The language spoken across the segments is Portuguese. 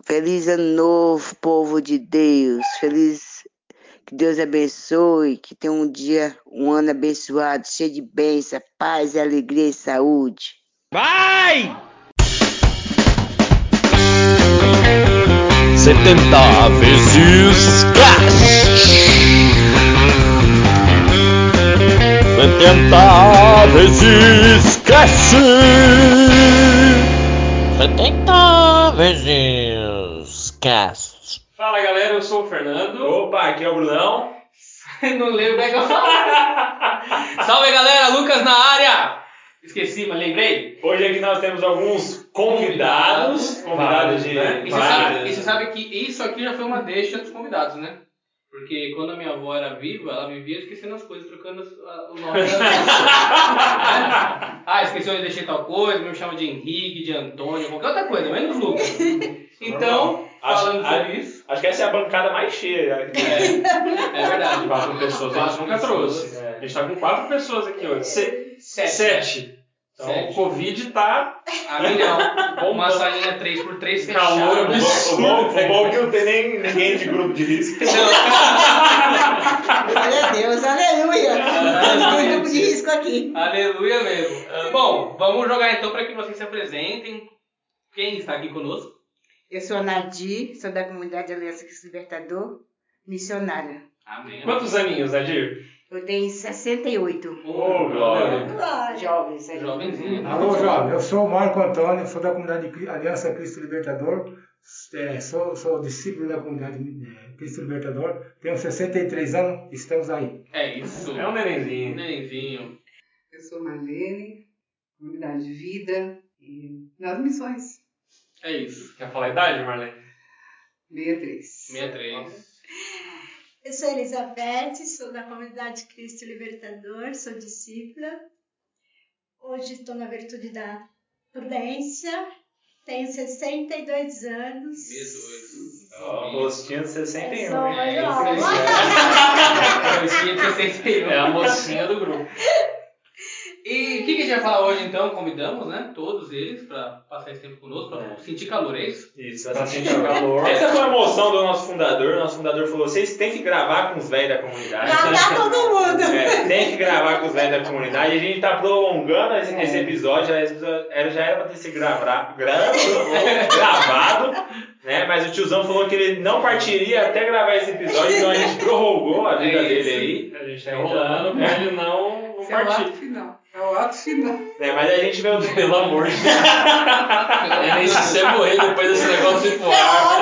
Feliz ano novo, povo de Deus. Feliz, que Deus abençoe, que tenha um ano abençoado, cheio de bênção, paz, alegria e saúde. Vai! 70 vezes cash. 70 vezes cash. 70 vezes cash. Fala galera, eu sou o Fernando. Opa, aqui é o Brunão. Não lembro é que eu Salve galera, Lucas na área. Esqueci, mas lembrei. Hoje aqui nós temos alguns convidados de... né? E você sabe que isso aqui já foi uma deixa dos convidados, né? Porque quando a minha avó era viva, ela vivia esquecendo as coisas, trocando o nome das coisas. Esqueceu de deixar tal coisa, me chama de Henrique, de Antônio, qualquer outra coisa, menos Lucas. Então, falando sobre isso... Acho que essa é a bancada mais cheia. É verdade. 4 pessoas, a gente nunca trouxe. A gente tá com 4 pessoas aqui hoje. 7. Então o Covid tá... A milhão. Uma salinha 3x3 fechada. Calor, o bom que não tem nem ninguém de grupo de risco. Glória a Deus, aleluia. Não tem grupo de risco aqui. Aleluia mesmo. Bom, vamos jogar então para que vocês se apresentem. Quem está aqui conosco? Eu sou a Nadir, sou da comunidade Aliança Cristo Libertador, missionária. Amém. Quantos aninhos, Nadir? Eu tenho 68. Glória. Jovens. Jovenzinho. Alô, jovem. Eu sou o Marco Antônio, sou da comunidade Aliança Cristo Libertador. Sou discípulo da comunidade Cristo Libertador. Tenho 63 anos, estamos aí. É isso. É um nenenzinho. Nenenzinho. Eu sou Marlene, comunidade de vida e nas missões. É isso. Quer falar a idade, Marlene? 63. 63. Eu sou Elizabeth, sou da comunidade Cristo Libertador, sou discípula. Hoje estou na virtude da prudência, tenho 62 anos. Rostinho de 61. Sou É a mocinha do grupo. E o que a gente vai falar hoje então? Convidamos, né? Todos eles para passar esse tempo conosco, para sentir calor, é isso? Isso, pra sentir o calor. Essa foi a moção do nosso fundador. O nosso fundador falou: vocês têm que gravar com os velhos da comunidade. Já tá todo mundo. Tem que gravar com os velhos da comunidade. A gente tá prolongando esse episódio. Já era pra ter sido gravado, né? Mas o tiozão falou que ele não partiria até gravar esse episódio, então a gente prorrogou a vida dele aí. A gente tá enrolando pra ele não partir. É o ato final. Mas a gente veio pelo amor de Deus. Nem se você morrer depois desse negócio de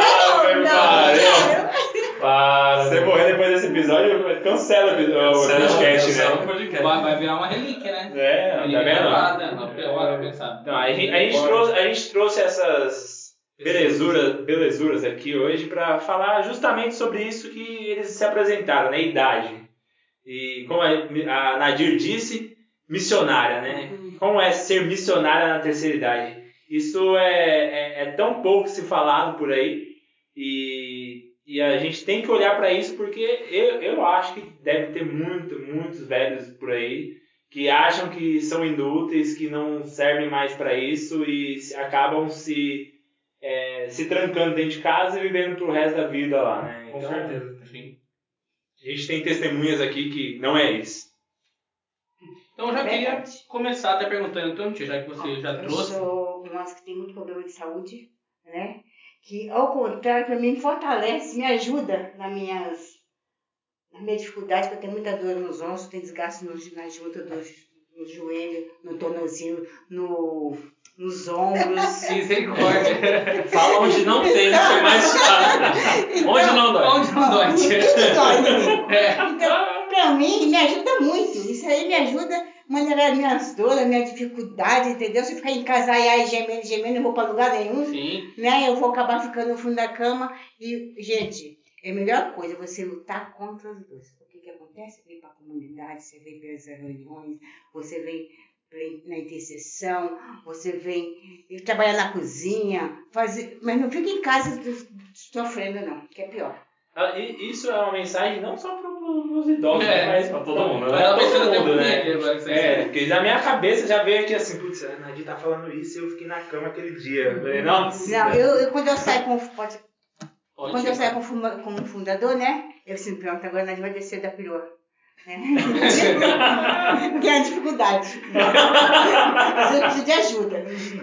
Para. Se você morrer depois desse episódio, cancela o podcast, né? Vai virar uma relíquia, né? Tá vendo? Não pensar. Então, a gente trouxe essas belezuras aqui hoje para falar justamente sobre isso que eles se apresentaram, né? Idade. E como a Nadir disse, missionária, né? Como é ser missionária na terceira idade? Isso é tão pouco se falado por aí e a gente tem que olhar para isso porque eu acho que deve ter muitos velhos por aí que acham que são inúteis, que não servem mais para isso e acabam se trancando dentro de casa e vivendo pro resto da vida lá, né? Com certeza, sim. A gente tem testemunhas aqui que não é isso. Então eu já queria começar até perguntando, então, tia, já que você já trouxe. Eu sou uma que tem muito problema de saúde, né? Que, ao contrário, para mim, fortalece, me ajuda na minha dificuldade, porque eu tenho muita dor nos ossos, tenho desgaste na junta no joelho, no tornozelo, nos ombros. Misericórdia. Fala onde não tem, que foi mais fácil. Onde não dói? Onde não dói, tia? Tudo dói em mim. Então, para mim, me ajuda muito. Isso aí me ajuda a maneirar minhas dores, a minha dificuldade, entendeu? Se eu ficar em casa gemendo, não vou para lugar nenhum. Sim. Né? Eu vou acabar ficando no fundo da cama. E, gente, é a melhor coisa você lutar contra as dores. O que acontece? Você vem para a comunidade, você vem para as reuniões, você vem na intercessão, você vem trabalhar na cozinha, mas não fica em casa sofrendo não, que é pior. E isso é uma mensagem não só para os idosos, né, mas pra todo mundo, Ela vai ser todo até mundo, né? bonito agora isso aí. Porque na minha cabeça já veio aqui assim, putz, a Nadir tá falando isso e eu fiquei na cama aquele dia. Eu falei, nossa. Não, eu quando eu saio com... Pode Quando eu chegar. saio como fundador, né? Eu sempre pronto, agora a gente vai descer da perua. Né? Porque é a dificuldade. Às vezes eu preciso de ajuda.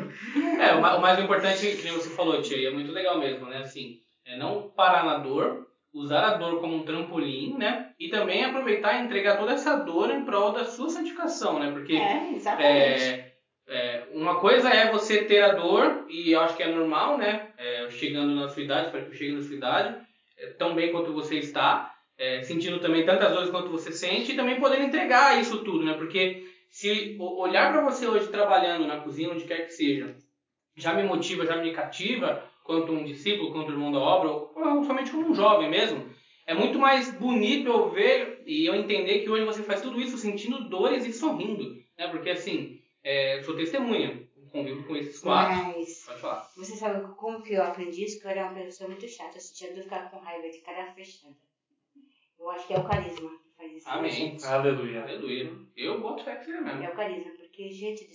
O mais importante, que nem você falou, tia, e é muito legal mesmo, né? Assim, é não parar na dor, usar a dor como um trampolim, né? E também aproveitar e entregar toda essa dor em prol da sua santificação, né? Porque Exatamente. uma coisa é você ter a dor, e eu acho que é normal, né? Chegando na sua idade, espero que eu chegue na sua idade, tão bem quanto você está, sentindo também tantas dores quanto você sente, e também poder entregar isso tudo, né? Porque se olhar para você hoje trabalhando na cozinha, onde quer que seja, já me motiva, já me cativa, quanto um discípulo, quanto irmão da obra, ou somente como um jovem mesmo, é muito mais bonito eu ver e eu entender que hoje você faz tudo isso sentindo dores e sorrindo, né? Porque assim, sou testemunha, convivo com esses quatro. Mas Pode falar. você sabe como que eu aprendi isso? Que eu era uma pessoa muito chata. Eu sentia dor, ficava com raiva de cara fechada. Eu acho que é o carisma que faz isso. Amém. Gente. Aleluia. Aleluia. Eu boto fé que seja mesmo. É o carisma, porque, gente,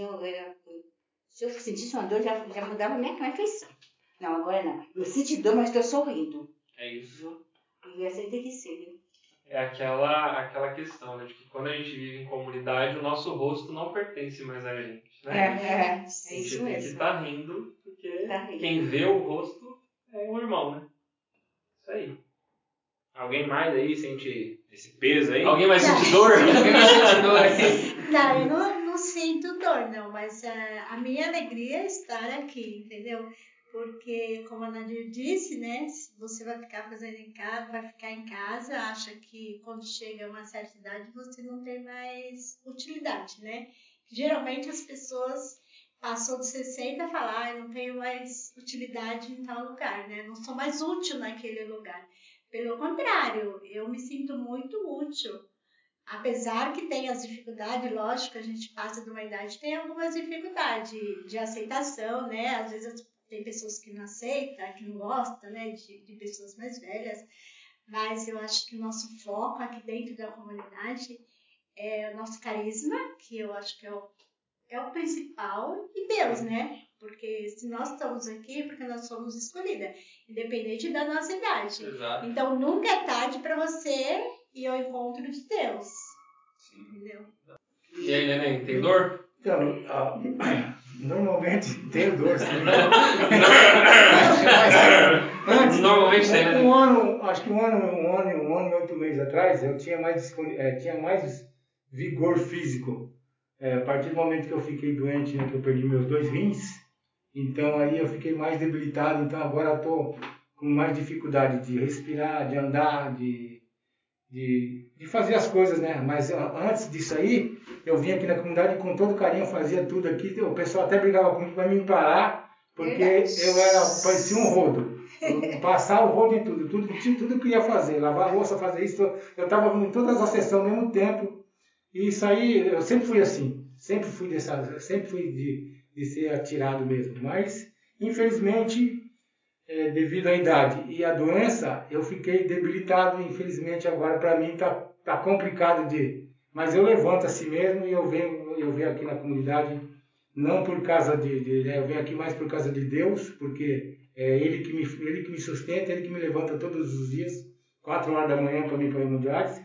se eu sentisse uma dor, já mudava a minha feição. Não, agora não. Eu senti dor, mas estou sorrindo. É isso. E assim tem que ser, viu? É aquela questão, né? De que quando a gente vive em comunidade, o nosso rosto não pertence mais a gente, né? É A gente isso tem que mesmo. estar rindo, porque Tá rindo. quem vê o rosto é o irmão, né? Isso aí. Alguém mais aí sente esse peso aí? Alguém mais Não. sente dor? Alguém vai sentir dor aí? Não, eu não sinto dor, não, mas a minha alegria é estar aqui, entendeu? Porque, como a Nadir disse, né? Se você vai ficar fazendo em casa, vai ficar em casa, acha que quando chega a uma certa idade você não tem mais utilidade, né? Geralmente as pessoas passou de 60 e falam, eu não tenho mais utilidade em tal lugar, né? Não sou mais útil naquele lugar. Pelo contrário, eu me sinto muito útil. Apesar que tem as dificuldades, lógico, a gente passa de uma idade, tem algumas dificuldades de aceitação, né? Às vezes tem pessoas que não aceitam, que não gostam, né? De pessoas mais velhas. Mas eu acho que o nosso foco aqui dentro da comunidade é o nosso carisma, que eu acho que é o principal, e Deus, né? Porque se nós estamos aqui, é porque nós somos escolhidas, independente da nossa idade. Exato. Então nunca é tarde para você ir ao encontro de Deus. Entendeu? E aí, neném, tem dor? Então, normalmente tenho dor, sim. Antes, Normalmente tem, né? acho que um ano e 8 meses atrás, eu tinha mais vigor físico. A partir do momento que eu fiquei doente, né, que eu perdi meus 2 rins, então aí eu fiquei mais debilitado, então agora eu estou com mais dificuldade de respirar, de andar, de fazer as coisas, né? Mas antes disso aí, eu vinha aqui na comunidade com todo carinho, fazia tudo aqui, o pessoal até brigava comigo para me parar, porque parecia um rodo. Eu passava o rodo em tudo que ia fazer, lavar a louça, fazer isso, eu estava em todas as sessões ao mesmo tempo. E isso aí, eu sempre fui assim, sempre fui de ser atirado mesmo, mas infelizmente, devido à idade e à doença, eu fiquei debilitado, infelizmente agora para mim tá complicado mas eu levanto assim mesmo e eu venho aqui na comunidade, não por causa eu venho aqui mais por causa de Deus, porque é ele que me sustenta, ele que me levanta todos os dias, 4 horas da manhã para mim para ir no diálise.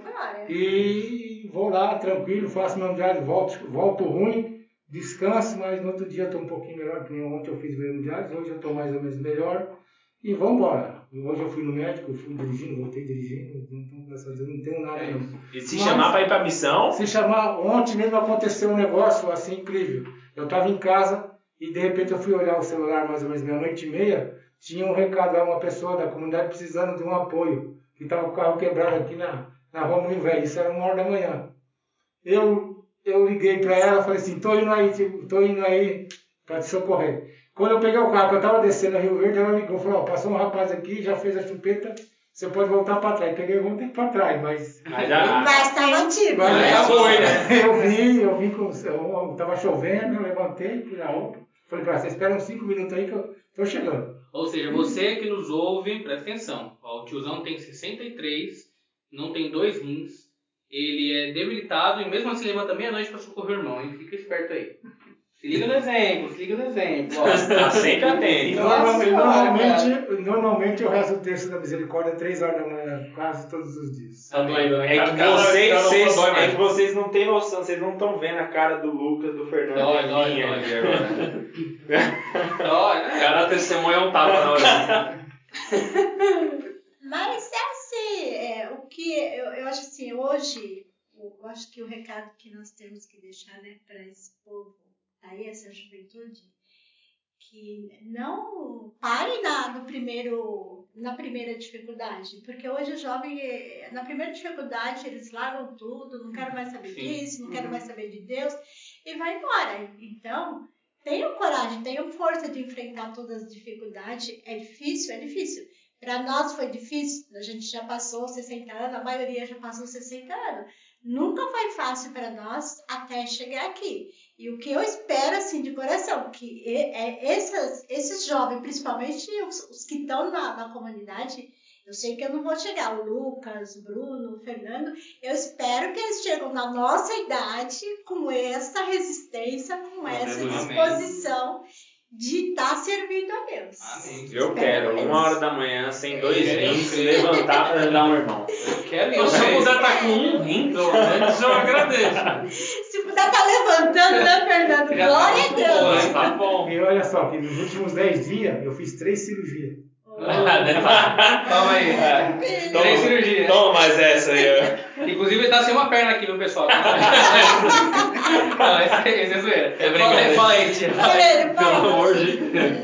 E vou lá tranquilo, faço meu diálise, volto ruim, descanso, mas no outro dia eu estou um pouquinho melhor, que nem ontem eu fiz meu diálise, hoje eu estou mais ou menos melhor e vamos embora. Hoje eu fui no médico, fui dirigindo, voltei dirigindo, não tenho nada não. E se chamar para ir para a missão? Se chamar, ontem mesmo aconteceu um negócio assim incrível. Eu estava em casa e de repente eu fui olhar o celular mais ou menos meia-noite e meia, tinha um recado lá, uma pessoa da comunidade precisando de um apoio, que estava com o carro quebrado aqui na Rua Moinho Velho, isso era 1 hora da manhã. Eu liguei para ela, falei assim, tô indo aí para te socorrer. Quando eu peguei o carro, que eu estava descendo a Rio Verde, ela ligou, falou, passou um rapaz aqui, já fez a chupeta, você pode voltar para trás. Peguei, voltei para trás, mas Mas estava ativo. mas né? foi, né? eu vi tava chovendo, eu levantei, fui na roupa, falei para você, espera uns 5 minutos aí que eu tô chegando. Ou seja, você que nos ouve, presta atenção. Ó, o tiozão tem 63, não tem 2 rins, ele é debilitado e mesmo assim levanta meia-noite para socorrer o irmão, hein? Fica esperto aí. Se liga no exemplo, ó. Tá sempre E atento. normalmente eu rezo o terço da misericórdia 3 horas da manhã, quase todos os dias. Tá doendo, né? É que vocês não têm noção, vocês não estão vendo a cara do Lucas, do Fernando Dói, e dói, minha dói. aqui agora. Dói, né? Cada testemunho é um tapa na hora. Mas é assim, o que eu acho assim, hoje, eu acho que o recado que nós temos que deixar, né, para esse povo, aí essa juventude, que não pare na primeira dificuldade, porque hoje o jovem, na primeira dificuldade, eles largam tudo, não quero mais saber disso, não quero mais saber de Deus, e vai embora. Então, tenham coragem, tenham força de enfrentar todas as dificuldades. É difícil, é difícil. Para nós foi difícil, a gente já passou 60 anos, a maioria já passou 60 anos. Nunca foi fácil para nós até chegar aqui. E o que eu espero, assim, de coração, que esses jovens, principalmente os que estão na comunidade, eu sei que eu não vou chegar, o Lucas, o Bruno, o Fernando, eu espero que eles chegam na nossa idade com essa resistência, com essa disposição de estar servindo a Deus. Amém. Eu quero, 1h da manhã, sem 2 rins, levantar para ajudar um irmão. Eu quero Se eu puder estar com É. um rim, pelo menos, eu agradeço. Se puder estar levantando, né, Fernando? Já Glória tá a muito Deus. bom, Mas hein? tá bom. E olha só, que nos últimos 10 dias eu fiz 3 cirurgias. Toma aí. Filho. 3 cirurgias. Toma mais essa aí, ó. Inclusive ele tá sem uma perna aqui, viu, pessoal? Não, esse é zoeira. É brincadeira. Fala aí, tia. Pelo amor de Deus.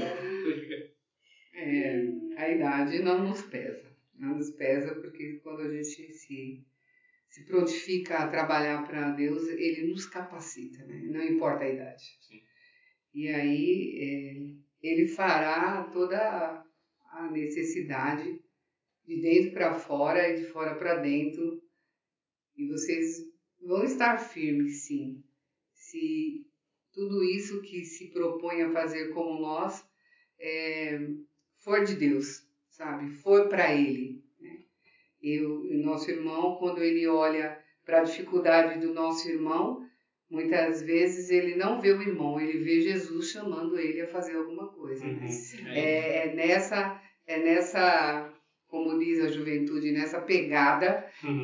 A idade não nos pesa. Não nos pesa porque quando a gente se prontifica a trabalhar para Deus, Ele nos capacita, né? Não importa a idade. Sim. E aí Ele fará toda a necessidade de dentro para fora e de fora para dentro. E vocês vão estar firmes, sim. Se tudo isso que se propõe a fazer como nós for de Deus, sabe? For para Ele. Né? O nosso irmão, quando ele olha para a dificuldade do nosso irmão, muitas vezes ele não vê o irmão, ele vê Jesus chamando ele a fazer alguma coisa. Né? É nessa, como diz a juventude, nessa pegada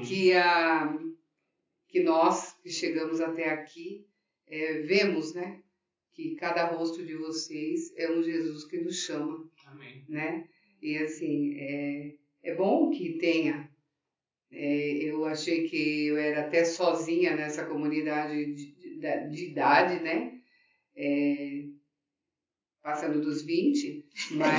que nós que chegamos até aqui vemos, né? Que cada rosto de vocês é um Jesus que nos chama. Amém. Né? E assim, é bom que tenha. Eu achei que eu era até sozinha nessa comunidade de idade, né? Passando dos 20, mas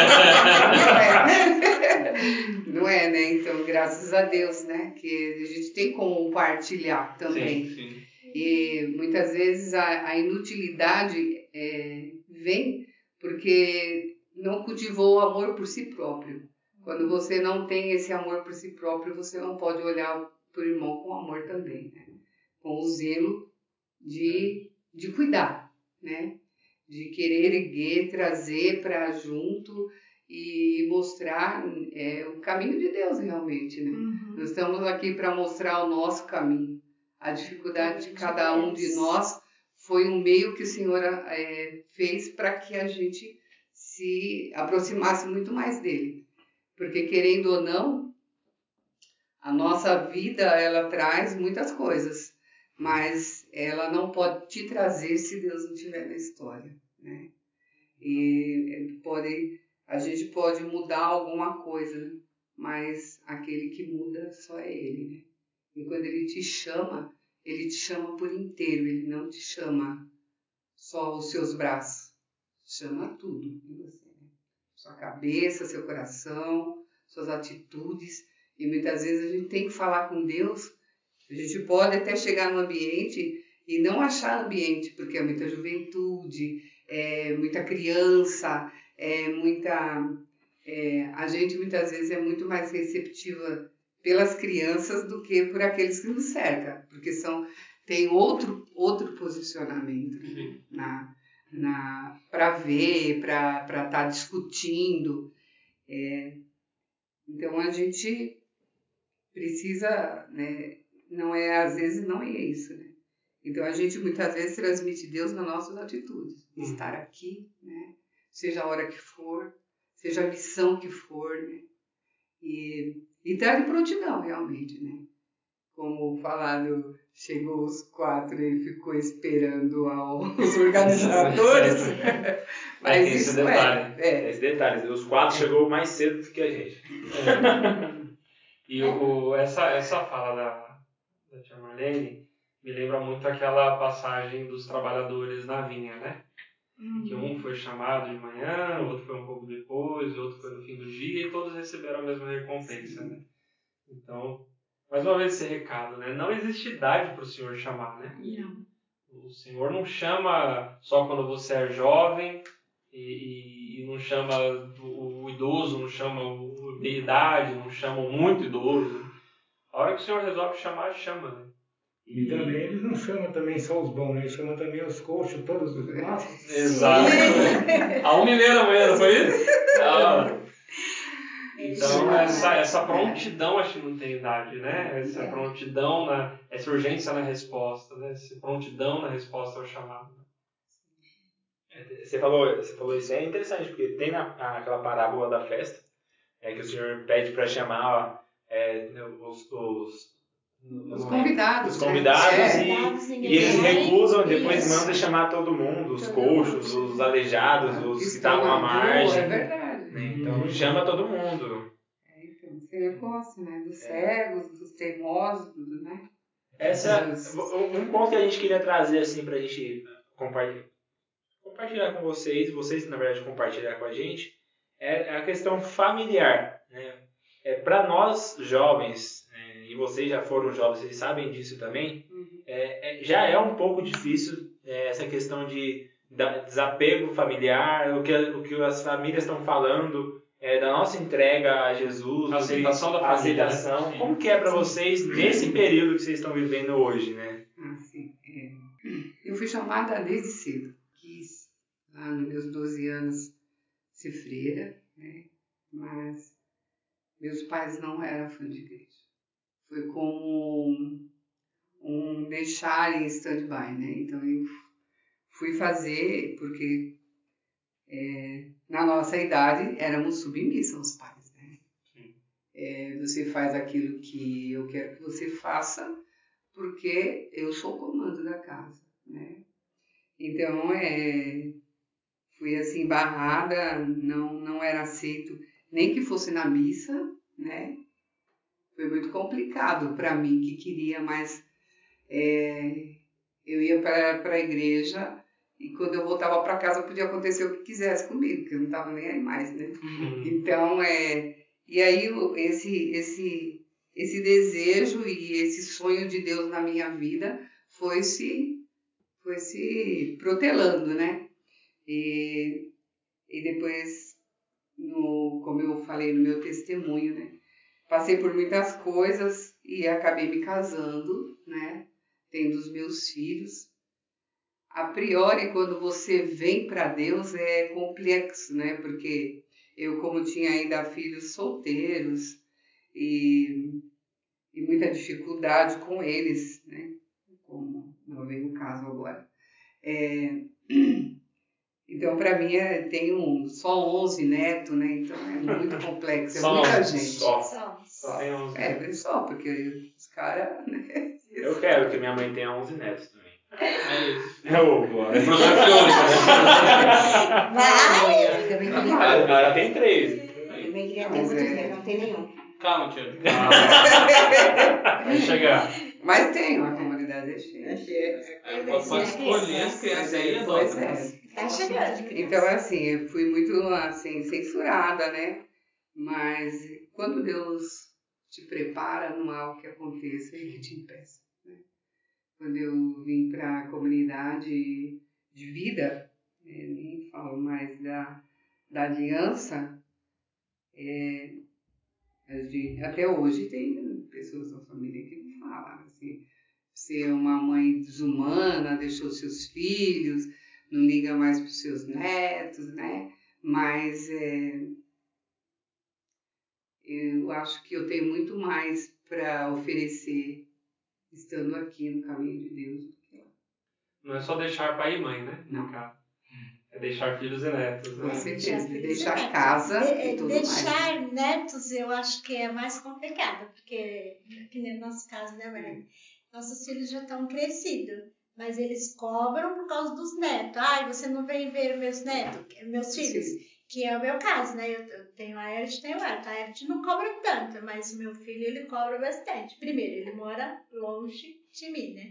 não é, né? Então, graças a Deus, né? Que a gente tem como compartilhar também. Sim. E muitas vezes a inutilidade vem porque não cultivou o amor por si próprio. Quando você não tem esse amor por si próprio, você não pode olhar para o irmão com amor também, né? Com o zelo de cuidar, né? De querer erguer, trazer para junto e mostrar o caminho de Deus realmente, né? Uhum. Nós estamos aqui para mostrar o nosso caminho. A dificuldade de cada um de nós foi um meio que o Senhor fez para que a gente se aproximasse muito mais dele. Porque, querendo ou não, a nossa vida, ela traz muitas coisas, mas ela não pode te trazer se Deus não estiver na história, né? E a gente pode mudar alguma coisa, mas aquele que muda só é Ele, né? E quando Ele te chama por inteiro, Ele não te chama só os seus braços, chama tudo em você, né? Sua cabeça, seu coração, suas atitudes. E muitas vezes a gente tem que falar com Deus. A gente pode até chegar no ambiente e não achar ambiente, porque é muita juventude, muita criança, a gente muitas vezes é muito mais receptiva pelas crianças do que por aqueles que nos cercam, porque tem outro posicionamento, né? para ver, para estar discutindo. Então a gente precisa, né? Às vezes não é isso, né? Então a gente muitas vezes transmite Deus nas nossas atitudes, estar aqui, né? Seja a hora que for, seja a missão que for, né? E estar de prontidão realmente, né? Como falado, chegou os 4 e ficou esperando os organizadores. Mas tem esse isso detalhe. Tem esse detalhe. Os 4 chegou mais cedo do que a gente. E essa fala da tia Marlene me lembra muito aquela passagem dos trabalhadores na vinha, né? Que um foi chamado de manhã, o outro foi um pouco depois, o outro foi no fim do dia, e todos receberam a mesma recompensa, né? Então, mais uma vez esse recado, né? Não existe idade para o Senhor chamar, né? Não. O Senhor não chama só quando você é jovem e não chama o idoso, não chama o meia-idade, não chama o muito idoso. A hora que o Senhor resolve chamar, chama, né? E também eles não chamam também só os bons, né? Eles chamam também os coxos, todos os nossos. Exato. A 1h30 não foi isso? Então, essa prontidão acho que não tem idade, né? Essa prontidão, essa urgência na resposta, né? Essa prontidão na resposta ao chamado. Você falou isso, é interessante, porque tem aquela parábola da festa, que o Senhor pede para chamar os convidados. Os convidados, né? e eles recusam, depois manda chamar todo mundo, os coxos, os aleijados, os que estavam à margem. É verdade. Né? Então chama todo mundo. Então, o Senhor gosta, né? Dos cegos, dos teimosos, tudo, né? Um ponto que a gente queria trazer assim pra gente compartilhar com vocês na verdade compartilhar com a gente, é a questão familiar, né? Para nós jovens, e vocês já foram jovens, vocês sabem disso também, já é um pouco difícil essa questão de desapego familiar, o que as famílias estão falando, da nossa entrega a Jesus, a aceitação da família. Aceitação. Né? Como que é para vocês nesse período que vocês estão vivendo hoje, né? Eu fui chamada desde cedo. Quis, lá nos meus 12 anos, ser freira, né? Mas meus pais não eram fã de igreja. Foi como um deixar em stand-by, né? Então eu fui fazer porque na nossa idade éramos submissos aos pais, né? Você faz aquilo que eu quero que você faça porque eu sou o comando da casa, né? Então fui assim barrada, não era aceito nem que fosse na missa, né? Foi muito complicado para mim, que queria, mas eu ia para a igreja e quando eu voltava para casa podia acontecer o que quisesse comigo, porque eu não estava nem aí mais, né? Então, e aí esse desejo e esse sonho de Deus na minha vida foi se protelando, né? E depois, como eu falei no meu testemunho, né? Passei por muitas coisas e acabei me casando, né? Tendo os meus filhos. A priori, quando você vem para Deus, é complexo, né? Porque eu, como tinha ainda filhos solteiros e muita dificuldade com eles, né? Como não veio o caso agora. Então, para mim, tenho só 11 netos, né? Então, é muito complexo, é muita gente. Só tem 11. Só, porque os caras, né? Eu quero que minha mãe tenha 11 netos também. É isso. Produzione. Vai! Eu também queria. Ela tem 3. Eu também queria ter muito filho, não tem nenhum. Calma, tio. Vai chegar. Mas tem, a comunidade é cheia. Pode escolher as crianças aí, Pois adota. Tá chegando. Então, assim, eu fui muito assim, censurada, né? Mas quando Deus te prepara, não há o que aconteça e que te impeça. Né? Quando eu vim para a comunidade de vida, nem falo mais da aliança, até hoje tem pessoas da família que me falam assim, você é uma mãe desumana, deixou seus filhos, não liga mais para os seus netos, né? Mas eu acho que eu tenho muito mais para oferecer estando aqui no caminho de Deus do que lá. Não é só deixar pai e mãe, né? Não. É deixar filhos e netos, Com né? certeza. filhos e Deixar netos. casa e tudo mais. Deixar netos eu acho que é mais complicado, porque, que nem no nosso caso, né, Maria? Nossos filhos já estão crescidos, mas eles cobram por causa dos netos. Ai, você não vem ver meus netos, meus filhos, que é o meu caso, né? Eu tenho a Eret, tenho a Eret. A Eret não cobra tanto, mas o meu filho, ele cobra bastante. Primeiro, ele mora longe de mim, né?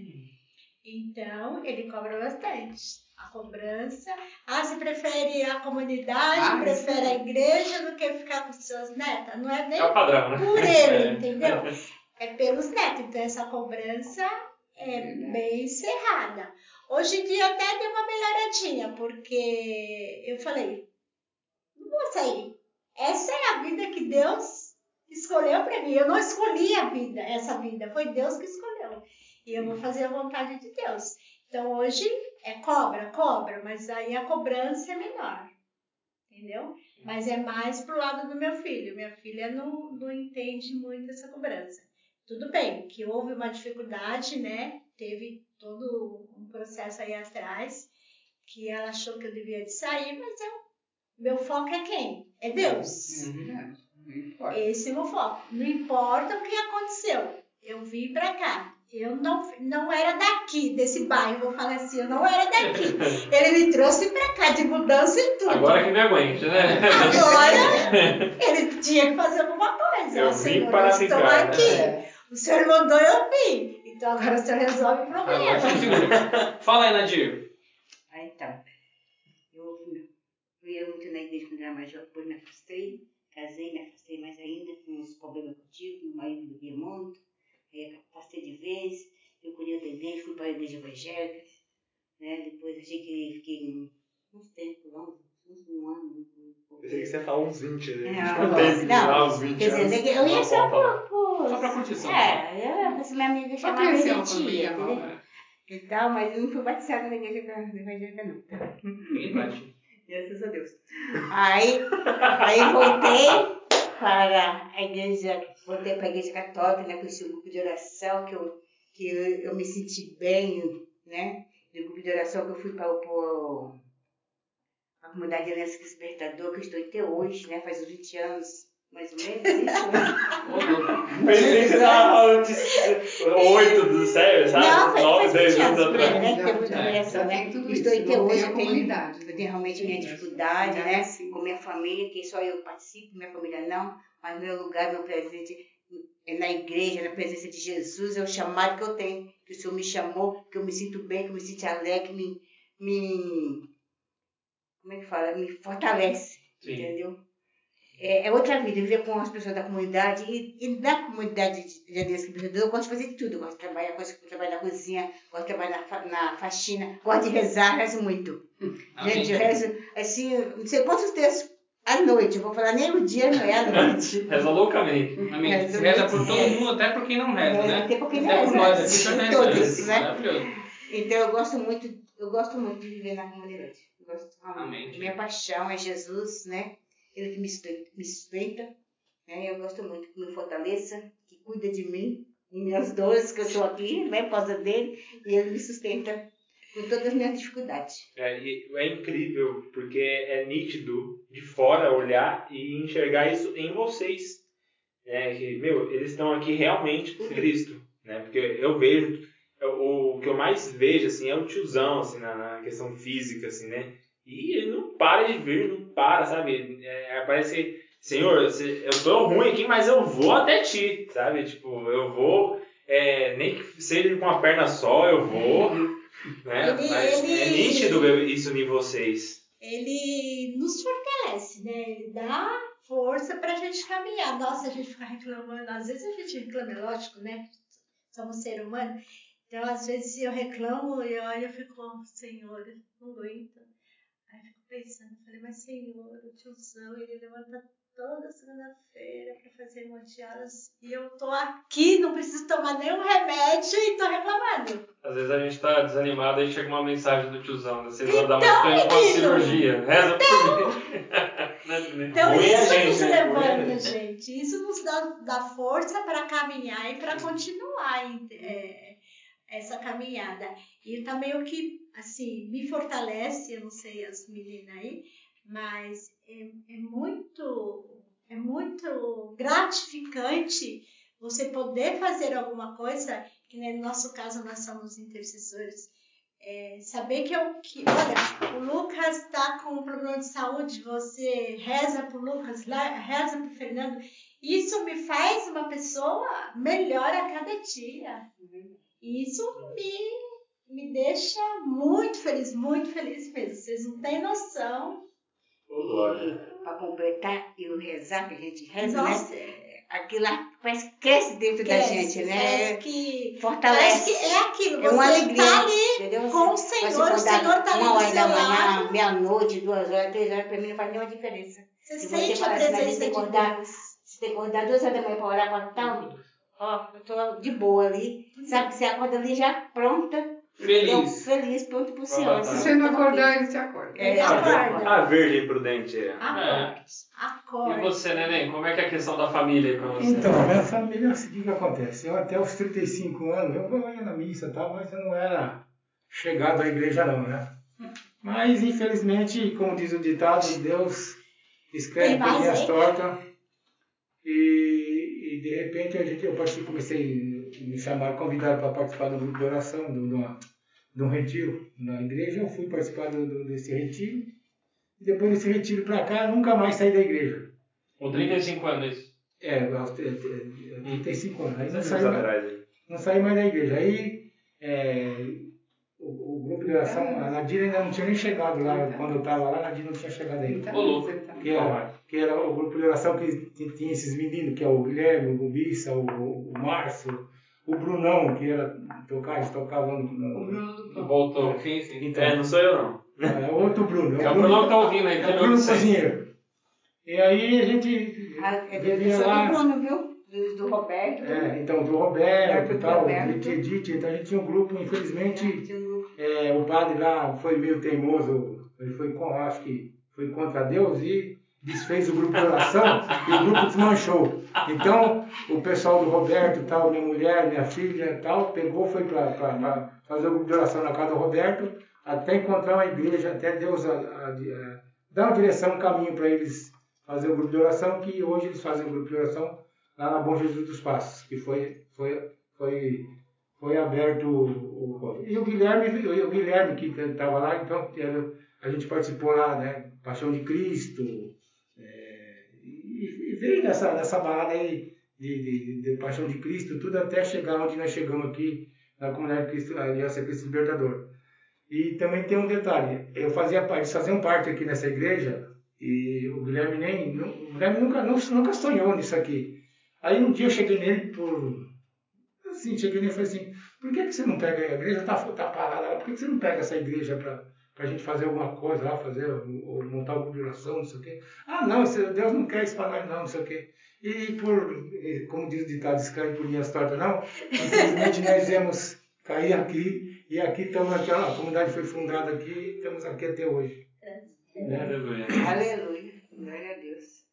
Então, ele cobra bastante. A cobrança. Ah, você prefere a comunidade, prefere a igreja do que ficar com seus netos? Não é nem É o padrão, né? por ele, entendeu? É pelos netos. Então, essa cobrança é bem cerrada. Hoje em dia até deu uma melhoradinha, porque eu falei, não vou sair. Essa é a vida que Deus escolheu para mim. Eu não escolhi a vida, essa vida. Foi Deus que escolheu. E eu vou fazer a vontade de Deus. Então hoje é cobra, mas aí a cobrança é menor. Entendeu? Mas é mais pro lado do meu filho. Minha filha não entende muito essa cobrança. Tudo bem, que houve uma dificuldade, né? Teve todo um processo aí atrás, que ela achou que eu devia de sair, mas meu foco é quem? É Deus. É verdade. Não importa. Esse é o meu foco. Não importa o que aconteceu. Eu vim pra cá. Eu não era daqui, desse bairro, vou falar assim, eu não era daqui. Ele me trouxe pra cá, de mudança e tudo. Agora que me aguente, né? Agora, ele tinha que fazer alguma coisa. Eu Ó, vim Senhor, para eu estou ficar, aqui. né? O Senhor mandou eu vir. Então agora o Senhor resolve o Agora problema. te segura. Fala aí, Nadir. Então, eu fui muito na igreja quando era mais jovem, depois me afastei, casei, me afastei mais ainda, com uns problemas que eu tive, meu marido bebia muito, aí afastei de vez, procurei outra igreja, fui para a igreja evangélica, né? Depois achei que fiquei uns tempos lá, uns um ano. Pensei que você ia falar uns 20, né? Não, Um tempo, não, lá, uns 20 quer dizer, anos. eu ia só Só pra curtição. minha amiga Só chamava conhecer ele uma tia, família entendeu? nova. E tal, mas eu não fui batizada na igreja evangélica, não. Ninguém bate. Graças a Deus. Aí voltei para a igreja, católica, né? Conheci o grupo de oração, que eu me senti bem, né? Do grupo de oração que eu fui para a comunidade Aliança Libertador, que eu estou até hoje, né? Faz uns 20 anos, mais ou menos, isso, né? Pensei que você tava falando de 8 do sério, sabe? Não, faz 9, 20 10 anos anos primeiro, atrás. né? Temos a oração, Já né? tem tudo Estou isso. até Não hoje, tem a comunidade. eu tenho realmente minha dificuldade, né? Com minha família, que só eu participo, minha família não, mas meu lugar, meu presente é na igreja, na presença de Jesus, é o chamado que eu tenho, que o Senhor me chamou, que eu me sinto bem, que eu me sinto alegre, como é que fala? Me fortalece, Sim. entendeu? É outra vida, viver com as pessoas da comunidade. E na comunidade de Aliança Libertador, eu gosto de fazer tudo. Eu gosto de trabalhar, na cozinha, gosto de trabalhar na faxina, gosto de rezar, rezo muito. Amém. Gente, eu rezo, assim, não sei quantos textos à noite. Eu vou falar nem o dia, não é à noite. Reza loucamente. Amém. Você reza por todo mundo, até por quem não reza, né? Até por quem não Até por reza, nós né? aqui, o senhor tá Por todos, rezando. né? Maravilhoso. Então eu gosto muito de viver na comunidade. Eu gosto realmente. Amém. Minha paixão é Jesus, né? Ele que me sustenta, né? Eu gosto muito que me fortaleça, que cuida de mim, com minhas dores, que eu estou aqui, né? Por causa dele, e ele me sustenta com todas as minhas dificuldades. É incrível, porque é nítido de fora olhar e enxergar isso em vocês. Né? Que, eles estão aqui realmente por Cristo. Né? Porque eu vejo, o que eu mais vejo assim, é o tiozão assim, na questão física. Assim, né? E ele não para de vir, não para, sabe? Parece, Senhor, eu tô ruim aqui, mas eu vou até ti, sabe? Tipo, eu vou, nem que seja com uma perna só, eu vou. Né? Mas é nítido ver isso em vocês. Ele nos fortalece, né? Ele dá força pra gente caminhar. Nossa, a gente fica reclamando. Às vezes a gente reclama, é lógico, né? Somos ser humano. Então, às vezes eu reclamo e olho e fico, Senhor, não aguento. Aí eu fico pensando, eu falei, mas Senhor, o tiozão, ele levanta toda segunda-feira para fazer hemodiálise e eu tô aqui, não preciso tomar nenhum remédio e tô reclamando. Às vezes a gente tá desanimado e chega uma mensagem do tiozão, das 6 horas da manhã, tô indo pra uma cirurgia. Reza por mim. Então Ruim isso a gente, nos né? Ruim a levanta, gente. gente. Isso nos dá força para caminhar e para continuar essa caminhada. E também o que, assim, me fortalece, eu não sei as meninas aí, mas é muito gratificante você poder fazer alguma coisa, que no nosso caso nós somos intercessores, saber olha, o Lucas está com um problema de saúde, você reza pro Lucas, reza pro Fernando, isso me faz uma pessoa melhor a cada dia. E isso me deixa muito feliz mesmo. Vocês não têm noção. Para completar e o rezar que a gente reza, Nossa, né? Aquilo lá parece que cresce dentro da gente, né? Parece que Fortalece. é aquilo. É uma Você alegria, tá ali entendeu? com o Você Senhor tá ali 1 do hora seu da manhã, lado. meia-noite, 2 horas, 3 horas, para mim não faz nenhuma diferença. Você Se sente fala a assim, mas presença tem que de acordar, Deus. você tem que acordar 2 horas da manhã para orar para tal. Ó, eu tô de boa ali. Sabe que você acorda ali já pronta. Feliz. Feliz, pronto pro Senhor. batalha. Se você não acordar, ele te acorda. Ele acorda. A Virgem Prudente. Acorda. E você, Neném, como é que é a questão da família aí pra você? Então, minha família, o que acontece? Eu até os 35 anos, eu ia na missa e tal, mas eu não era chegado à igreja não, né? Mas, infelizmente, como diz o ditado, Deus escreve Tem por mais linhas aí? tortas. E de repente eu comecei, me chamaram, convidaram para participar do grupo de oração, de um retiro na igreja. Eu fui participar desse retiro. E depois desse retiro para cá, eu nunca mais saí da igreja. Com 35 anos, isso. Aos 35 anos. Aí não saí mais da igreja. Aí o grupo de oração, a Nadir ainda não tinha nem chegado lá. Quando eu estava lá, a Nadir não tinha chegado ainda. Ô, louco. Que era o grupo de oração que tinha esses meninos, que é o Guilherme, o Bissa, o Márcio, o Brunão, que era eles tocavam O Bruno do Pão. Voltou. Sim, sim. Então, Não sou eu não. é o outro Bruno. É o Bruno que tá ouvindo aí, É que o me Bruno ouve sempre. Cozinheiro. E aí a gente Eu vivia sou lá. do Bruno, viu? Do Roberto. Então, do Roberto e tal, Roberto. do Edith, então a gente tinha um grupo, infelizmente, Tinha um grupo. o padre lá foi meio teimoso, ele acho que foi contra Deus e desfez o grupo de oração e o grupo desmanchou. Então, o pessoal do Roberto e tal, minha mulher, minha filha e tal, foi para fazer o grupo de oração na casa do Roberto, até encontrar uma igreja, até Deus dar uma direção, um caminho para eles fazer o grupo de oração, que hoje eles fazem o grupo de oração lá na Bom Jesus dos Passos, que foi aberto o coisa. E o Guilherme que estava lá, então a gente participou lá, né? Paixão de Cristo, e veio dessa balada aí de Paixão de Cristo, tudo até chegar onde nós chegamos aqui na comunidade Cristo, Aliança Cristo Libertador. E também tem um detalhe, eles faziam parte aqui nessa igreja, e o Guilherme nunca sonhou nisso aqui. Aí um dia eu cheguei nele cheguei nele e falei assim, por que você não pega a igreja? Tá parada lá, por que você não pega essa igreja pra gente fazer alguma coisa lá, ou montar alguma oração, não sei o quê? Ah, não, Deus não quer isso pra nós não sei o quê. E como diz o ditado, escreve por linhas tortas, não, infelizmente nós viemos cair aqui, e aqui estamos aqui, a comunidade foi fundada aqui, e estamos aqui até hoje. Né? Aleluia. Aleluia. Glória a Deus.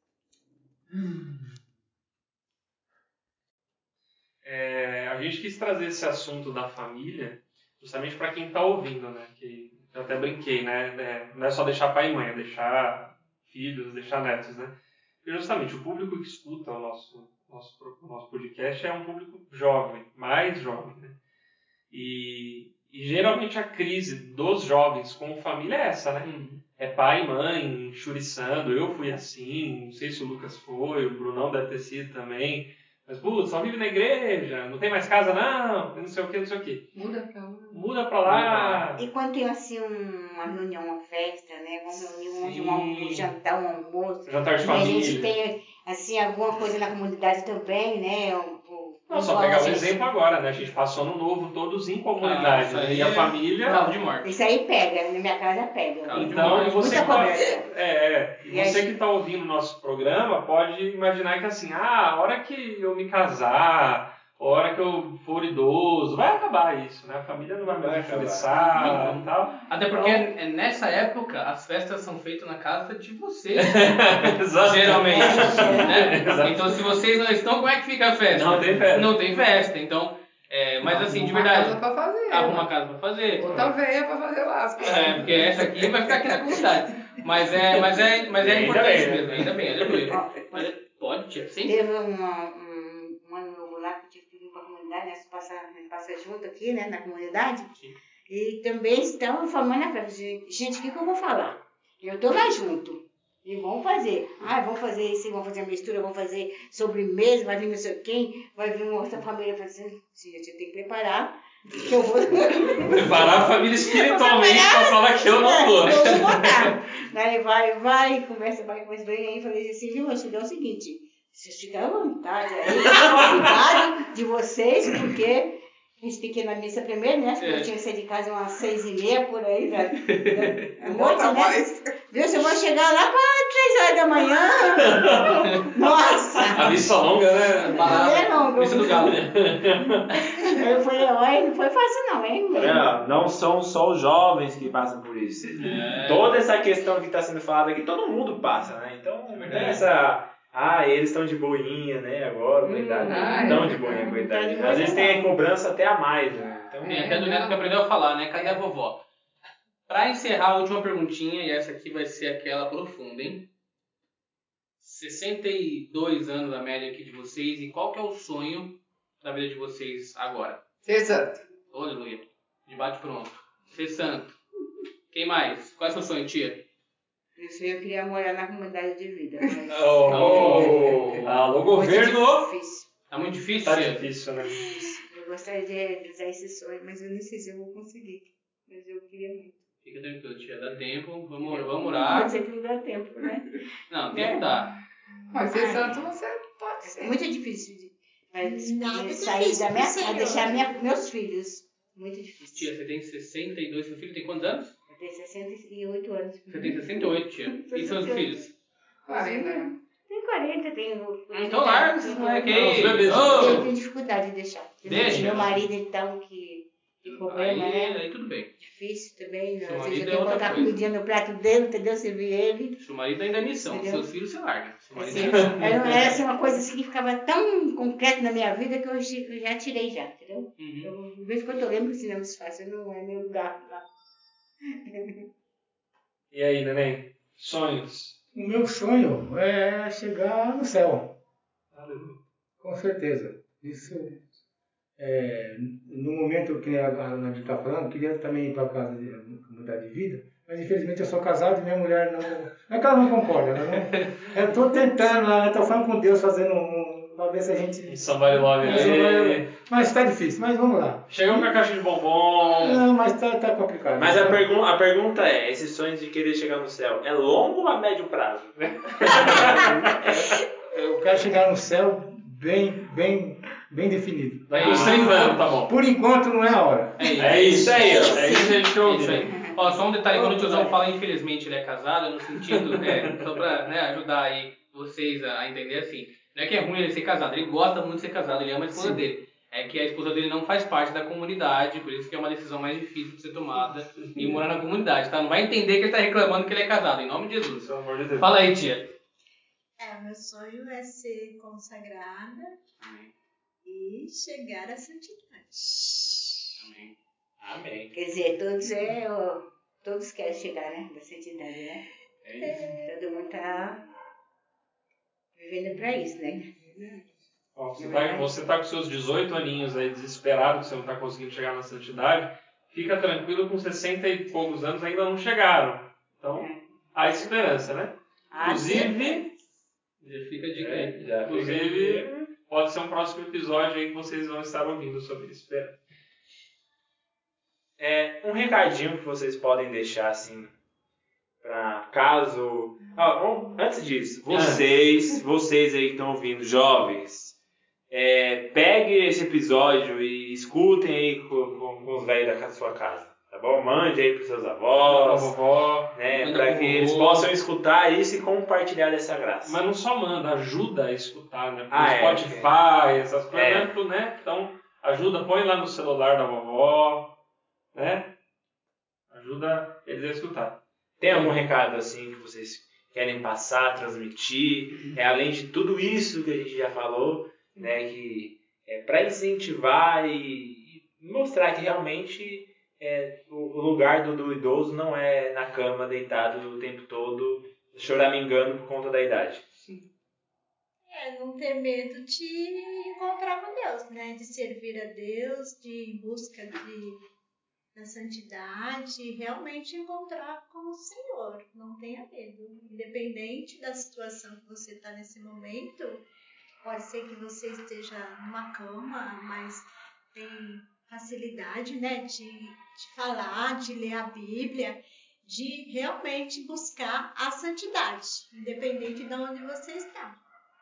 A gente quis trazer esse assunto da família justamente para quem está ouvindo, né? Que eu até brinquei, né? Não é só deixar pai e mãe, é deixar filhos, deixar netos, né? E justamente o público que escuta o nosso podcast é um público jovem, mais jovem, né? E geralmente a crise dos jovens com família é essa, né? É pai e mãe churiçando, eu fui assim, não sei se o Lucas foi, o Brunão deve ter sido também. Mas, putz, só vive na igreja, não tem mais casa não sei o que, não sei o que. Muda pra lá. E quando tem assim uma reunião, uma festa, né? Vamos reunir um jantar, um almoço. Jantar de E família. a gente tem assim alguma coisa na comunidade também, né? Vamos só pegar o exemplo agora, né? A gente passou no novo, todos em comunidade, isso né? aí E a é família... Causa de morte. Isso aí pega, na minha casa pega. Causa de Então, morte. e você Muita que tá, conversa. e você que tá ouvindo o nosso programa pode imaginar que assim, a hora que eu me casar, a hora que eu for idoso, vai acabar isso, né? A família não vai mais Vai influenciar e tal. Até porque nessa época as festas são feitas na casa de vocês. Exato. Geralmente. Né? Exato. Então se vocês não estão, como é que fica a festa? Não tem festa. Não tem festa. Então, mas assim, de Arruma verdade. casa pra fazer. Arruma casa pra fazer. Outra veia pra fazer lasca. Porque essa aqui vai ficar aqui na comunidade. Mas é Ainda importante bem, né? mesmo, ainda bem, aleluia. Ó, Pode, tia, sim? Teve um ano novo lá que eu tive que vir para a comunidade, nós passa junto aqui, né, na comunidade. Sim. E também estavam formando a festa. Gente, o que eu vou falar? Eu tô lá junto. E vamos fazer. Vamos fazer isso, vamos fazer a mistura, vamos fazer sobremesa, vai vir não sei quem, vai vir uma outra família fazendo. Sim, eu tenho que preparar. Que eu vou. Preparar a família espiritualmente para falar que eu não vou. Eu vou botar. Aí vai, conversa, bem aí. Falei assim, viu, mas é o seguinte, vocês ficam à vontade aí, convidado de vocês, porque a gente tem que ir na missa primeiro, né? Acho que eu tinha que sair de casa umas 6h30 por aí da noite, né? Mais. Viu? Você vai chegar lá para 3h da manhã. Nossa! A missa longa, né? É longa. Missa do Galo. Aí eu falei, olha, não foi fácil não, hein? Não são só os jovens que passam por isso. Toda essa questão que está sendo falada aqui, todo mundo passa, né? Então, não tem essa... eles estão de boinha, né? Agora, com a idade, não estão de boinha com a idade. Às vezes tem a cobrança até a mais, né? Então, Tem até do neto que aprendeu a falar, né? Cadê a vovó? Pra encerrar a última perguntinha, e essa aqui vai ser aquela profunda, hein? 62 anos a média aqui de vocês, e qual que é o sonho da vida de vocês agora? Ser santo. Oh, aleluia. Debate pronto. Ser santo. Quem mais? Qual é o seu sonho, tia? Eu queria morar na comunidade de vida, mas... Alô, governo! Muito difícil. Tá muito difícil, Tá tia? difícil, né? Eu gostaria de realizar esse sonho, mas eu nem sei se eu vou conseguir. Mas eu queria muito. Fica tranquilo, tia. Dá tempo. Vamos orar. Pode ser que não dá tempo, né? Não, tempo dá. Mas ser santo você pode É ser. muito difícil Nada de é sair difícil da minha pro casa, Senhor. deixar meus filhos. Muito difícil. Tia, você tem 62. Seu filho tem quantos anos? Eu tenho 68 anos. Você tem 68, tia. E seus filhos? 40. Tem 40, tenho. Então larga esses moleques Os aí. bebês. Eu tenho dificuldade de deixar. Deixa. Meu marido, então, que problema, né? Aí tudo bem. Difícil também. Seu Às vezes marido eu é tenho que outra colocar coisa. comidinha no prato dele, entendeu? Servir ele. Seu marido ainda é missão. Entendeu? Seus filhos você larga. Seu marido Assim, é missão. era assim, uma coisa assim que ficava tão concreta na minha vida que eu já tirei já, entendeu? Uhum. De vez em quando eu lembro que assim, não me desfaça, não é meu lugar lá. E aí, neném? Sonhos? O meu sonho é chegar no céu, com certeza. Isso, no momento que a Nadir está falando, queria também ir para casa de mudar de vida, mas infelizmente eu sou casado e minha mulher não é que ela não concorda, ela não. Eu estou tentando lá, estou falando com Deus, fazendo para ver se a gente. Somebody love aí. Mas está difícil, mas vamos lá. Chegamos com a caixa de bombom. Não, mas tá complicado. mas a pergunta é, esse sonho de querer chegar no céu, é longo ou a médio prazo? Eu quero chegar no céu bem definido. Daqui uns 30 anos, tá bom. Por enquanto não é a hora. É isso aí, ó. É isso que a gente quer É isso ouvir. aí. Ó, só um detalhe, quando o tiozão fala infelizmente ele é casado, no sentido, só pra ajudar aí vocês a entender assim, não é que é ruim ele ser casado, ele gosta muito de ser casado, ele ama a esposa dele. É que a esposa dele não faz parte da comunidade, por isso que é uma decisão mais difícil de ser tomada e morar na comunidade, tá? Não vai entender que ele tá reclamando que ele é casado, em nome de Jesus. Pelo amor de Deus. Fala aí, tia. Meu sonho é ser consagrada e chegar à santidade. Amém. Amém. Quer dizer, todos querem chegar, né? Da santidade, né? Todo mundo tá vivendo pra isso, né? Ó, você tá com seus 18 aninhos aí, desesperado que você não tá conseguindo chegar na santidade, fica tranquilo, com 60 e poucos anos ainda não chegaram. Então, há esperança, né? Inclusive, Já fica a dica aí. inclusive, pode ser um próximo episódio aí que vocês vão estar ouvindo sobre esperança. Um recadinho que vocês podem deixar assim, para caso... antes disso, vocês aí que estão ouvindo, jovens, pegue esse episódio e escutem aí com os velhos da sua casa, tá bom? Mande aí pros seus avós, vovó, né? manda Para pro que vovô. eles possam escutar isso e compartilhar dessa graça. Mas não só manda, ajuda a escutar, né? Ah, O Spotify, essas coisas, É. né? Então, ajuda, põe lá no celular da vovó, né? Ajuda eles a escutar. Tem algum recado assim que vocês querem passar, transmitir, além de tudo isso que a gente já falou, né, que é para incentivar e mostrar que realmente o lugar do idoso não é na cama deitado o tempo todo choramingando por conta da idade. Não ter medo de encontrar com Deus, né? De servir a Deus, de ir em busca da santidade, realmente encontrar com o Senhor. Não tenha medo. Independente da situação que você está nesse momento, pode ser que você esteja numa cama, mas tem facilidade, né, de falar, de ler a Bíblia, de realmente buscar a santidade, independente de onde você está.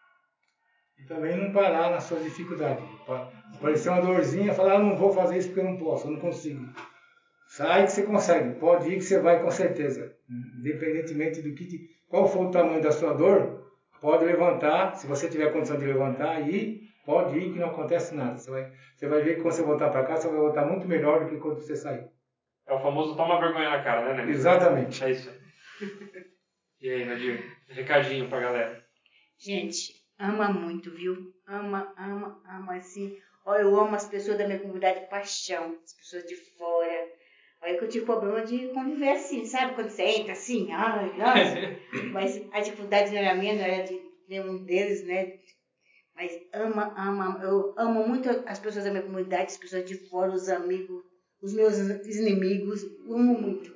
E também não parar na sua dificuldade. Aparecer uma dorzinha, falar, não vou fazer isso porque eu não posso, eu não consigo. Sai que você consegue, pode ir que você vai com certeza. Independentemente qual for o tamanho da sua dor, pode levantar, se você tiver condição de levantar, pode ir que não acontece nada. Você vai ver que quando você voltar para casa, você vai voltar muito melhor do que quando você sair. É o famoso toma vergonha na cara, né, Nenê? Exatamente. É isso aí. E aí, Nadir? Recadinho pra galera. Gente, ama muito, viu? Ama, assim. Olha, eu amo as pessoas da minha comunidade de paixão, as pessoas de fora. Olha que eu tive problema de conviver assim, sabe? Quando você entra assim, ai, nossa. Mas a dificuldade não era minha, não era de nenhum deles, né? Mas ama. Eu amo muito as pessoas da minha comunidade, as pessoas de fora, os amigos, os meus inimigos. Eu amo muito.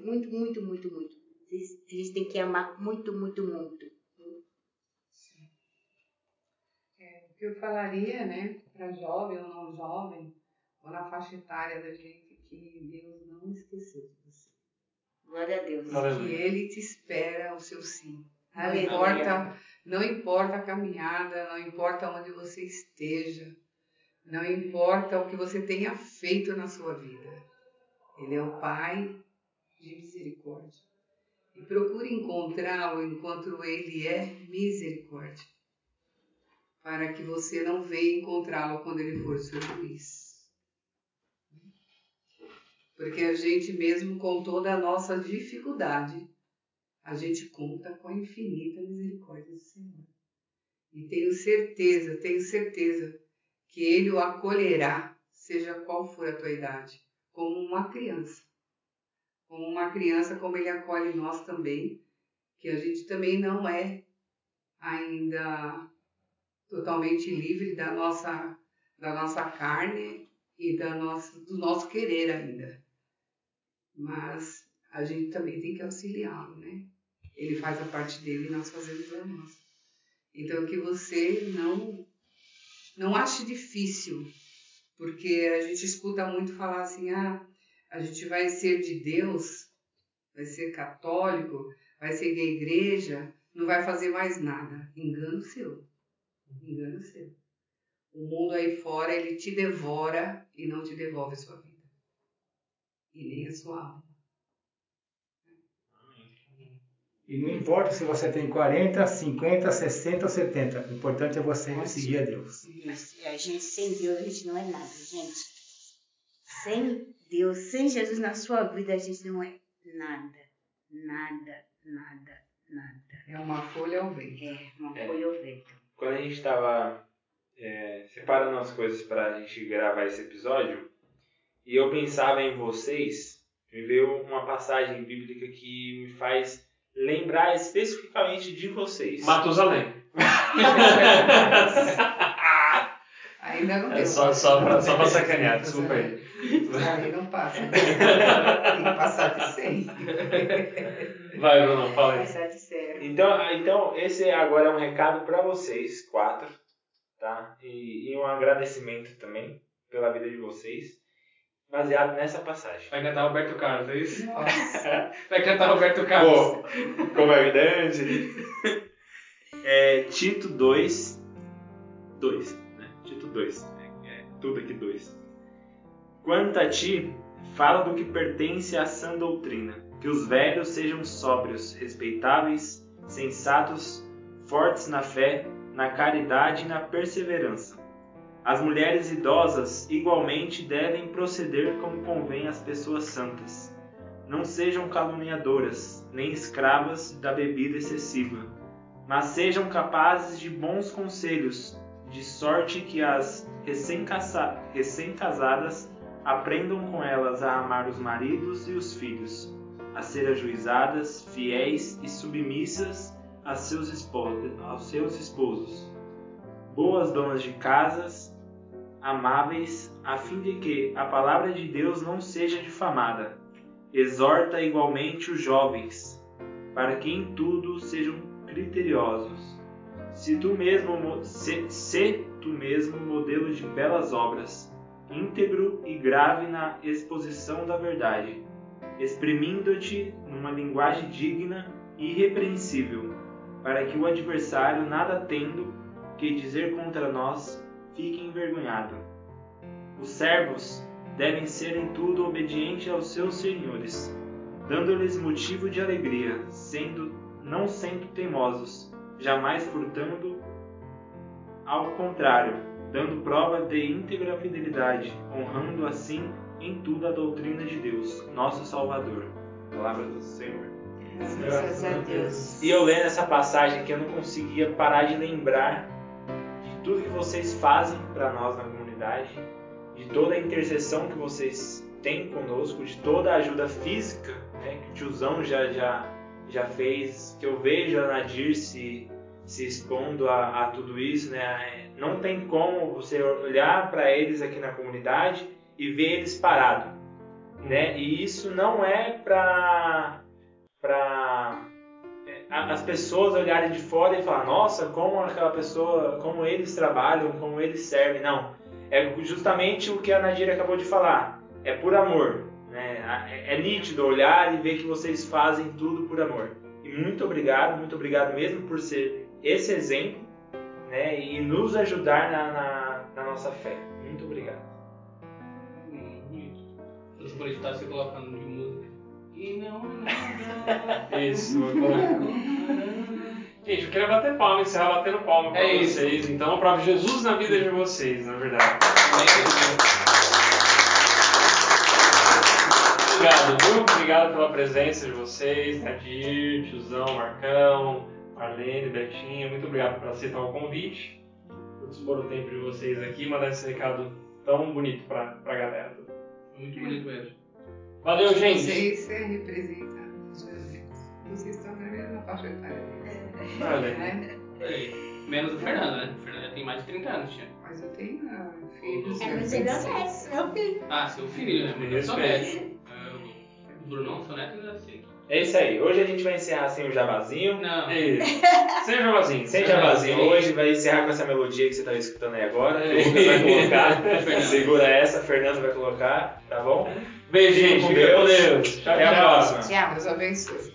A gente tem que amar muito. O que eu falaria, né, para jovem ou não jovem, ou na faixa etária da gente, que Deus não esqueceu de você. Glória a Deus. Aleluia. Que Ele te espera o seu sim. Aleluia. Não importa a caminhada, não importa onde você esteja, não importa o que você tenha feito na sua vida. Ele é o Pai de misericórdia. E procure encontrá-lo enquanto Ele é misericórdia, para que você não venha encontrá-lo quando Ele for seu juiz. Porque a gente mesmo com toda a nossa dificuldade, a gente conta com a infinita misericórdia do Senhor. E tenho certeza que Ele o acolherá, seja qual for a tua idade, como uma criança. Como uma criança, como Ele acolhe nós também, que a gente também não é ainda totalmente livre da nossa carne e do nosso querer ainda. Mas a gente também tem que auxiliá-lo, né? Ele faz a parte dele e nós fazemos a nossa. Então que você não ache difícil, porque a gente escuta muito falar assim, a gente vai ser de Deus, vai ser católico, vai ser da igreja, não vai fazer mais nada. Engano seu. O mundo aí fora, ele te devora e não te devolve a sua vida. E nem a sua alma. E não importa se você tem 40, 50, 60 ou 70. O importante é você seguir a Deus. Isso. A gente, sem Deus, a gente não é nada, gente. Sem Deus, sem Jesus na sua vida, a gente não é nada. É uma folha ao vento. Folha ao vento. Quando a gente estava separando as coisas para a gente gravar esse episódio, e eu pensava em vocês, me veio uma passagem bíblica que me faz lembrar especificamente de vocês. Matusalém. Ainda não deu. Só pra sacanear, desculpa aí. Aí não passa. Tem que passar de 100. Vai, Bruno, fala aí. Passar de zero. Então esse agora é um recado para vocês, 4, tá? E um agradecimento também pela vida de vocês, baseado nessa passagem. Vai cantar Roberto Carlos, é isso? Nossa. Vai cantar Roberto Carlos. Pô, como é evidente, né? Tito 2, né? Tito 2. Tudo aqui 2. Quanto a ti, fala do que pertence à sã doutrina, que os velhos sejam sóbrios, respeitáveis, sensatos, fortes na fé, na caridade e na perseverança. As mulheres idosas igualmente devem proceder como convém às pessoas santas. Não sejam caluniadoras, nem escravas da bebida excessiva, mas sejam capazes de bons conselhos, de sorte que as recém-casadas aprendam com elas a amar os maridos e os filhos, a ser ajuizadas, fiéis e submissas aos seus esposos, boas donas de casas, amáveis, a fim de que a palavra de Deus não seja difamada. Exorta igualmente os jovens, para que em tudo sejam criteriosos. Se tu mesmo modelo de belas obras, íntegro e grave na exposição da verdade, exprimindo-te numa linguagem digna e irrepreensível, para que o adversário, nada tendo que dizer contra nós, fique envergonhado. Os servos devem ser em tudo obedientes aos seus senhores, dando-lhes motivo de alegria, não sendo teimosos, jamais furtando, ao contrário, dando prova de íntegra fidelidade, honrando assim em tudo a doutrina de Deus, nosso Salvador. Palavra do Senhor. Graças a Deus. E eu lendo essa passagem aqui, eu não conseguia parar de lembrar de tudo que vocês fazem para nós na comunidade, de toda a intercessão que vocês têm conosco, de toda a ajuda física, né, que o tiozão já fez, que eu vejo a Nadir se expondo a tudo isso, né? Não tem como você olhar para eles aqui na comunidade e ver eles parados, né? E isso não é para as pessoas olharem de fora e falar, nossa, como aquela pessoa, como eles trabalham, como eles servem. Não, é justamente o que a Nadir acabou de falar, é por amor, né? É nítido olhar e ver que vocês fazem tudo por amor. E muito obrigado mesmo por ser esse exemplo, né? E nos ajudar na nossa fé. Muito obrigado. Bonito. Se você for editar, você colocando de música. E não nada. Isso, vou colocar. Gente, eu queria bater palma, encerrar batendo palma pra vocês. Então, para Jesus na vida de vocês, na verdade. Obrigado, viu? Obrigado pela presença de vocês, Nadir, tiozão, Marcão, Marlene, Betinha. Muito obrigado por aceitar o convite, por dispor o tempo de vocês aqui, mandar esse recado tão bonito pra galera. Muito bonito mesmo. Valeu, gente! Vocês representam os jovens. Vocês estão na mesma faixa etária deles. Olha. Menos o Fernando, né? O Fernando já tem mais de 30 anos, tia. Mas eu tenho filhos. Mas ele é neto, meu filho. Ah, seu filho, né? Mas eu sou neto. O Brunão, seu neto, eu já sei. É isso aí. Hoje a gente vai encerrar sem o jabazinho. Não. Sem jabazinho. Sem jabazinho. Hoje vai encerrar com essa melodia que você está escutando aí agora, que o Lucas vai colocar. Segura essa, Fernando vai colocar, tá bom? Beijo, gente. Com Fica com Deus. Deus. Tchau, Até a próxima. Tchau. Deus abençoe.